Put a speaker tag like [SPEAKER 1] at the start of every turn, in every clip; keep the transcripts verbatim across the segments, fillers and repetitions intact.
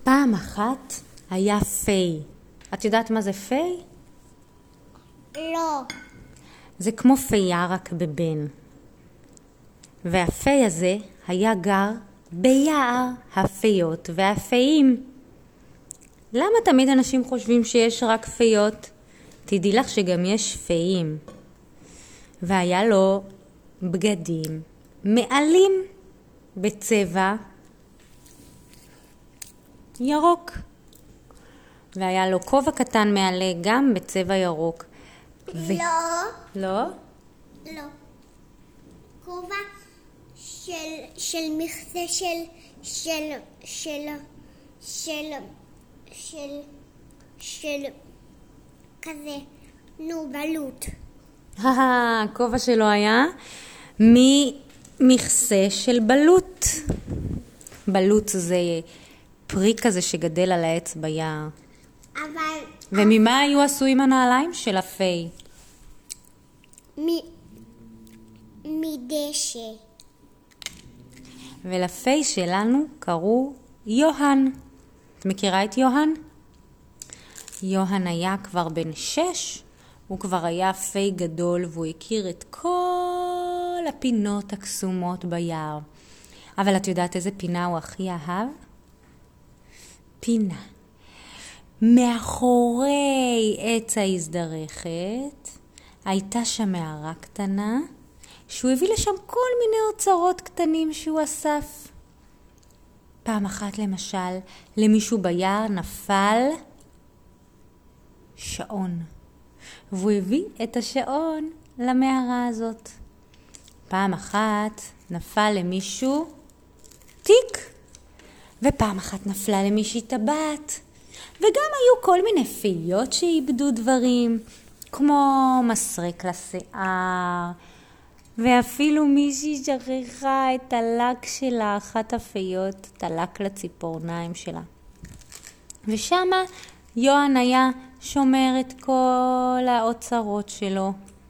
[SPEAKER 1] פעם אחת היה פיי. את יודעת מה זה פיי?
[SPEAKER 2] לא.
[SPEAKER 1] זה כמו פייה רק בבן. והפיי הזה היה גר ביער הפיות והפיים. למה תמיד אנשים חושבים שיש רק פיות? תדעי לך שגם יש פיים. והיה לו בגדים מעלים בצבע ירוק. והיה לו כובע קטן מעלה גם בצבע ירוק. ו...
[SPEAKER 2] לא.
[SPEAKER 1] לא?
[SPEAKER 2] לא. כובע של, של מכסה של, של, של, של, של, של, כזה, נו, בלוט.
[SPEAKER 1] הכובע שלו היה ממכסה של בלוט. בלוט זה פרי כזה שגדל על העץ ביער.
[SPEAKER 2] אבל...
[SPEAKER 1] וממה היו עשויים הנעליים של הפיי?
[SPEAKER 2] מ... מדשא.
[SPEAKER 1] ולפיי שלנו קראו יוהן. את מכירה את יוהן? יוהן היה כבר בן שש, הוא כבר היה פיי גדול והוא הכיר את כל הפינות הקסומות ביער. אבל את יודעת איזה פינה הוא הכי אהב? פינה. מאחורי עץ ההזדרכת הייתה שם מערה קטנה שהוא הביא לשם כל מיני אוצרות קטנים שהוא אסף. פעם אחת למשל למישהו ביער נפל שעון והוא הביא את השעון למערה הזאת. פעם אחת נפל למישהו תיק ופעם אחת נפלה למישהי טבעת. וגם היו כל מיני פיות שאיבדו דברים, כמו מסרק לשיער, ואפילו מישהי שכחה את הלק שלה, אחת הפיות, את הלק לציפורניים שלה. ושמה יוהן היה שומר את כל האוצרות שלו.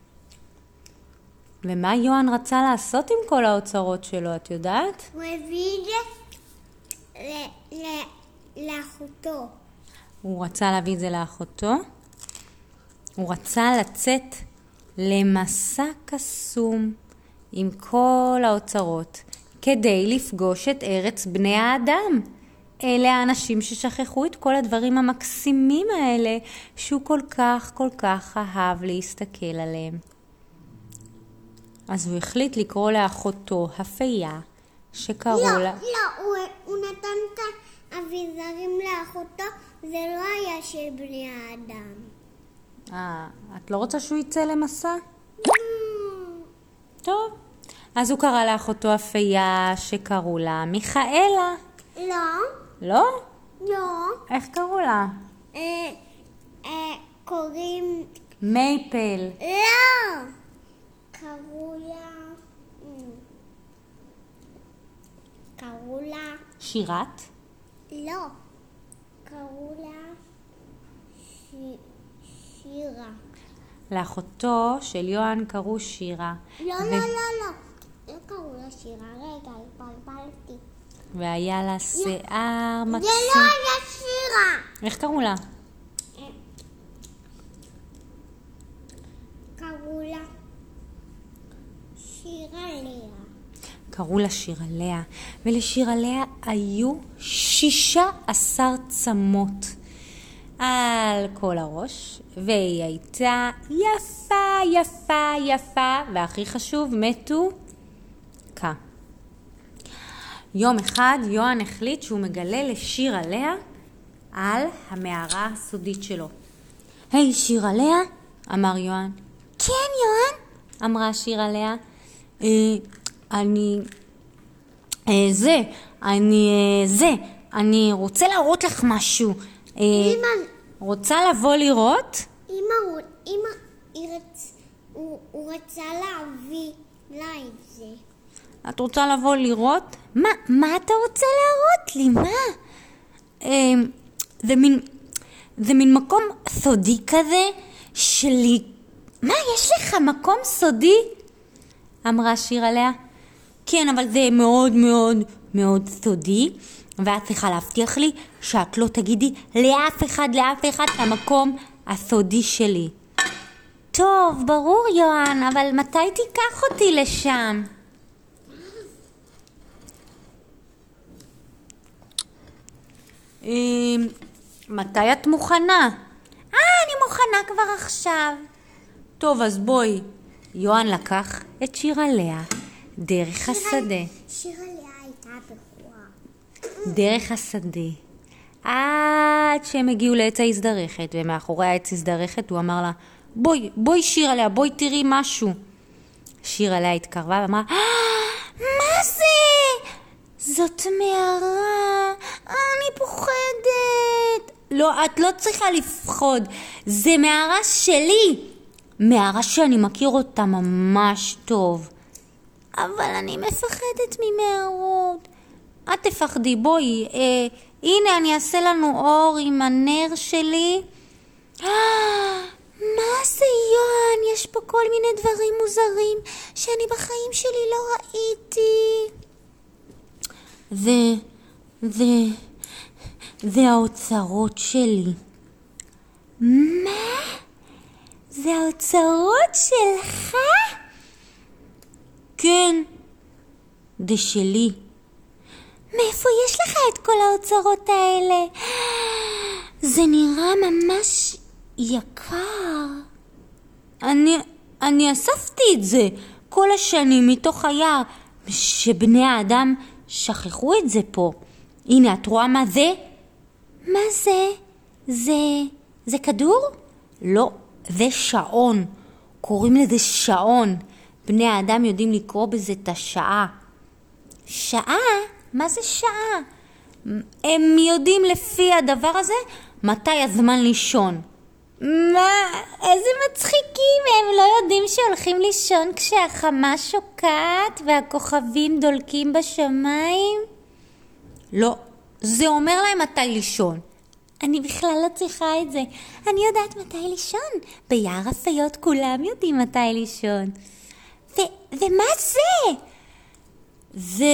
[SPEAKER 1] ומה יוהן רצה לעשות עם כל האוצרות שלו, את יודעת?
[SPEAKER 2] הוא הביא את זה ל- ל- לאחותו.
[SPEAKER 1] הוא רצה להביא את זה לאחותו. הוא רצה לצאת למסע קסום עם כל האוצרות, כדי לפגוש את ארץ בני האדם. אלה האנשים ששכחו את כל הדברים המקסימים האלה, שהוא כל כך כל כך אהב להסתכל עליהם. אז הוא החליט לקרוא לאחותו הפייה, שקראו
[SPEAKER 2] לא,
[SPEAKER 1] לה...
[SPEAKER 2] לא, הוא, הוא נתן את האביזרים לאחותו, זה לא היה של בני האדם.
[SPEAKER 1] אה, את לא רוצה שהוא יצא למסע? טוב. אז הוא קרא לאחותו הפייה שקראו לה מיכאלה.
[SPEAKER 2] לא.
[SPEAKER 1] לא?
[SPEAKER 2] לא.
[SPEAKER 1] איך קראו לה?
[SPEAKER 2] אה, אה, קוראים...
[SPEAKER 1] מייפל.
[SPEAKER 2] לא. קראו לה... קראו לה...
[SPEAKER 1] שירת?
[SPEAKER 2] לא. קראו לה... ש... שירה.
[SPEAKER 1] לאחותו של יוהן קראו שירה.
[SPEAKER 2] לא,
[SPEAKER 1] ו...
[SPEAKER 2] לא, לא, לא. לא קראו לה שירה. רגע, התבלבלתי.
[SPEAKER 1] והיה לה שיער
[SPEAKER 2] זה
[SPEAKER 1] מקסים.
[SPEAKER 2] לא היה שירה.
[SPEAKER 1] איך קראו לה?
[SPEAKER 2] קראו לה שירה לאה.
[SPEAKER 1] קראו לה שירה לאה. ולשירה לאה היו שישה עשר צמות על כל הראש. והיא הייתה יפה, יפה, יפה. והכי חשוב, מתו כה. יום אחד יוהן החליט שהוא מגלה לשירה לאה על המערה הסודית שלו. היי, hey, שירה לאה, אמר יוהן. כן, יוהן, אמרה שירה לאה. אה, אני, אה, זה, אני, אה, זה, אני רוצה להראות לך משהו. אה,
[SPEAKER 2] אמא,
[SPEAKER 1] רוצה לבוא לראות?
[SPEAKER 2] אמא, אמא, היא רצ... הוא, הוא רצה להביא לה את זה.
[SPEAKER 1] את רוצה לבוא לראות? מה, מה אתה רוצה להראות לי? מה? אה, זה מין, זה מין מקום סודי כזה שלי. מה, יש לך מקום סודי? אמרה שירה לאה. כן, אבל זה מאוד מאוד מאוד סודי. ואת צריכה להבטיח לי שאת לא תגידי לאף אחד, לאף אחד, המקום הסודי שלי. טוב, ברור יואן, אבל מתי תיקח אותי לשם? מתי את מוכנה? אה, אני מוכנה כבר עכשיו. טוב, אז בואי. יואן לקח את שירה לאה דרך השדה.
[SPEAKER 2] שירה לאה הייתה בחורה.
[SPEAKER 1] דרך השדה. עד שהם הגיעו לעץ ההזדרכת, ומאחורי העץ הזדרכת הוא אמר לה, בואי, בואי שירה לאה, בואי תראי משהו. שירה לאה התקרבה ואמרה, מה זה? זאת מערה, אני פוחדת. לא, את לא צריכה לפחוד, זה מערה שלי. מערה שאני מכיר אותה ממש טוב. אבל אני מפחדת ממערות. את תפחדי, בואי. אה, הנה, אני אעשה לנו אור עם הנר שלי. מה זה יואן? יש פה כל מיני דברים מוזרים שאני בחיים שלי לא ראיתי. זה, זה, זה האוצרות שלי. מה? זה האוצרות שלך? כן, זה שלי. מאיפה יש לך את כל האוצרות האלה? זה נראה ממש יקר. אני, אני אספתי את זה כל השנים מתוך היער, שבני האדם שכחו את זה פה. הנה, את רואה מה זה? מה זה? זה, זה כדור? לא, זה שעון. קוראים לזה שעון. בני האדם יודעים לקרוא בזה את השעה. שעה? מה זה שעה? הם יודעים לפי הדבר הזה מתי הזמן לישון. מה? איזה מצחיקים, הם לא יודעים שהולכים לישון כשהחמה שוקעת והכוכבים דולקים בשמיים? לא, זה אומר להם מתי לישון. אני בכלל לא צריכה את זה. אני יודעת מתי לישון. ביער החיות כולם יודעים מתי לישון. ו- ומה זה? זה...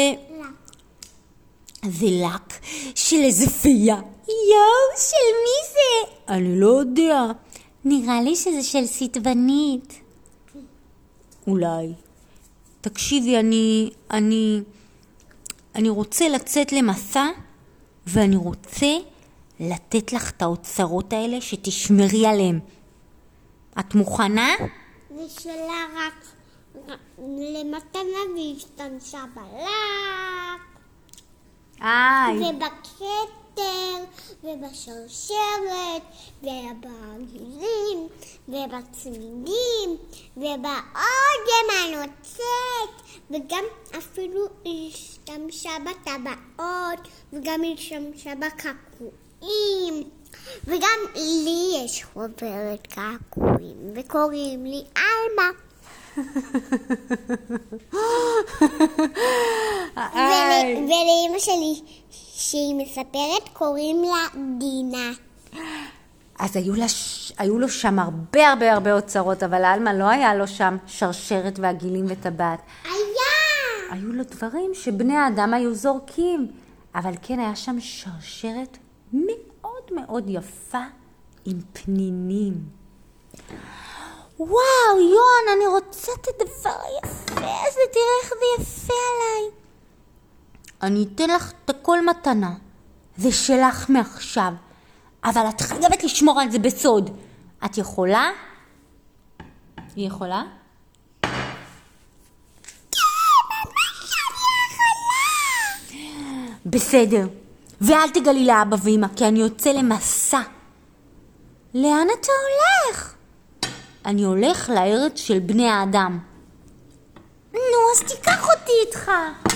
[SPEAKER 1] זה לק של איזה פיה. יואו, של מי זה? אני לא יודע. נראה לי שזה של סטבנית. אולי. תקשיבי, אני, אני, אני רוצה לצאת למסע, ואני רוצה לתת לך את האוצרות האלה שתשמרי עליהם. את מוכנה?
[SPEAKER 2] זה שלה רק למתנה והשתמשה בלק.
[SPEAKER 1] איי.
[SPEAKER 2] ובכתר, ובשרשרת, ובגילים, ובצמידים, ובעוד הנוצאת, וגם אפילו השתמשה בטבעות, וגם השתמשה בקעקועים, וגם לי יש חוברת קעקועים, וקוראים לי אלמה. ולאמא שלי שהיא מספרת קוראים לה דינה.
[SPEAKER 1] אז היו, לש... היו לו שם הרבה הרבה הרבה אוצרות, אבל אלמה לא היה לו שם שרשרת והגילים וטבעת.
[SPEAKER 2] היה!
[SPEAKER 1] היו לו דברים שבני האדם היו זורקים, אבל כן היה שם שרשרת מאוד מאוד יפה עם פנינים. וואו, יואן, אני רוצה את הדבר היפה הזה, תראה איך זה יפה עליי. אני אתן לך את הכל מתנה, זה שלך מעכשיו, אבל את חייבת לשמור על זה בסוד. את יכולה? היא יכולה?
[SPEAKER 2] כן, ממש אני יכולה.
[SPEAKER 1] בסדר, ואל תגלי לאבא ואמא, כי אני יוצא למסע. לאן אתה הולך? אני הולך לארץ של בני האדם. נו, אז תיקח אותי איתך.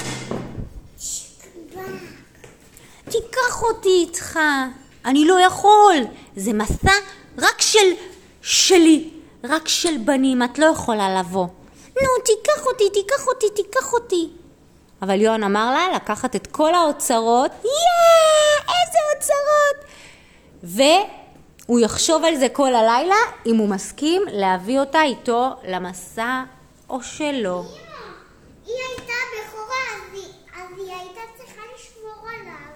[SPEAKER 1] תיקח אותי איתך. אני לא יכול. זה מסע רק של שלי. רק של בנים. את לא יכולה לבוא. נו, תיקח אותי, תיקח אותי, תיקח אותי. אבל יואן אמר לה לקחת את כל האוצרות. יאה, איזה אוצרות. והוא יחשוב על זה כל הלילה, אם הוא מסכים להביא אותה איתו למסע או שלא.
[SPEAKER 2] היא הייתה בחורה, אז היא הייתה צריכה לשמור עליו.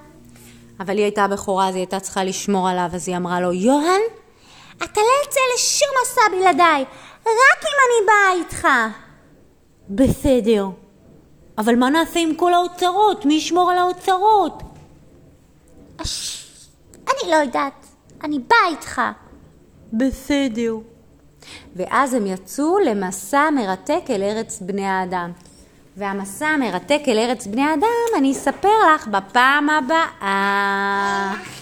[SPEAKER 1] אבל היא הייתה בחורה, אז היא הייתה צריכה לשמור עליו, אז היא אמרה לו, יוהן, אתה לא יוצא לשום מסע בלעדיי, רק אם אני באה איתך. בסדר. אבל מה נעשה עם כל האוצרות? מי ישמור על האוצרות? אש, אני לא יודעת. אני באה איתך. בסדר. ואז הם יצאו למסע מרתק אל ארץ בני האדם. והמסע המרתק אל ארץ בני האדם אני אספר לך בפעם הבאה.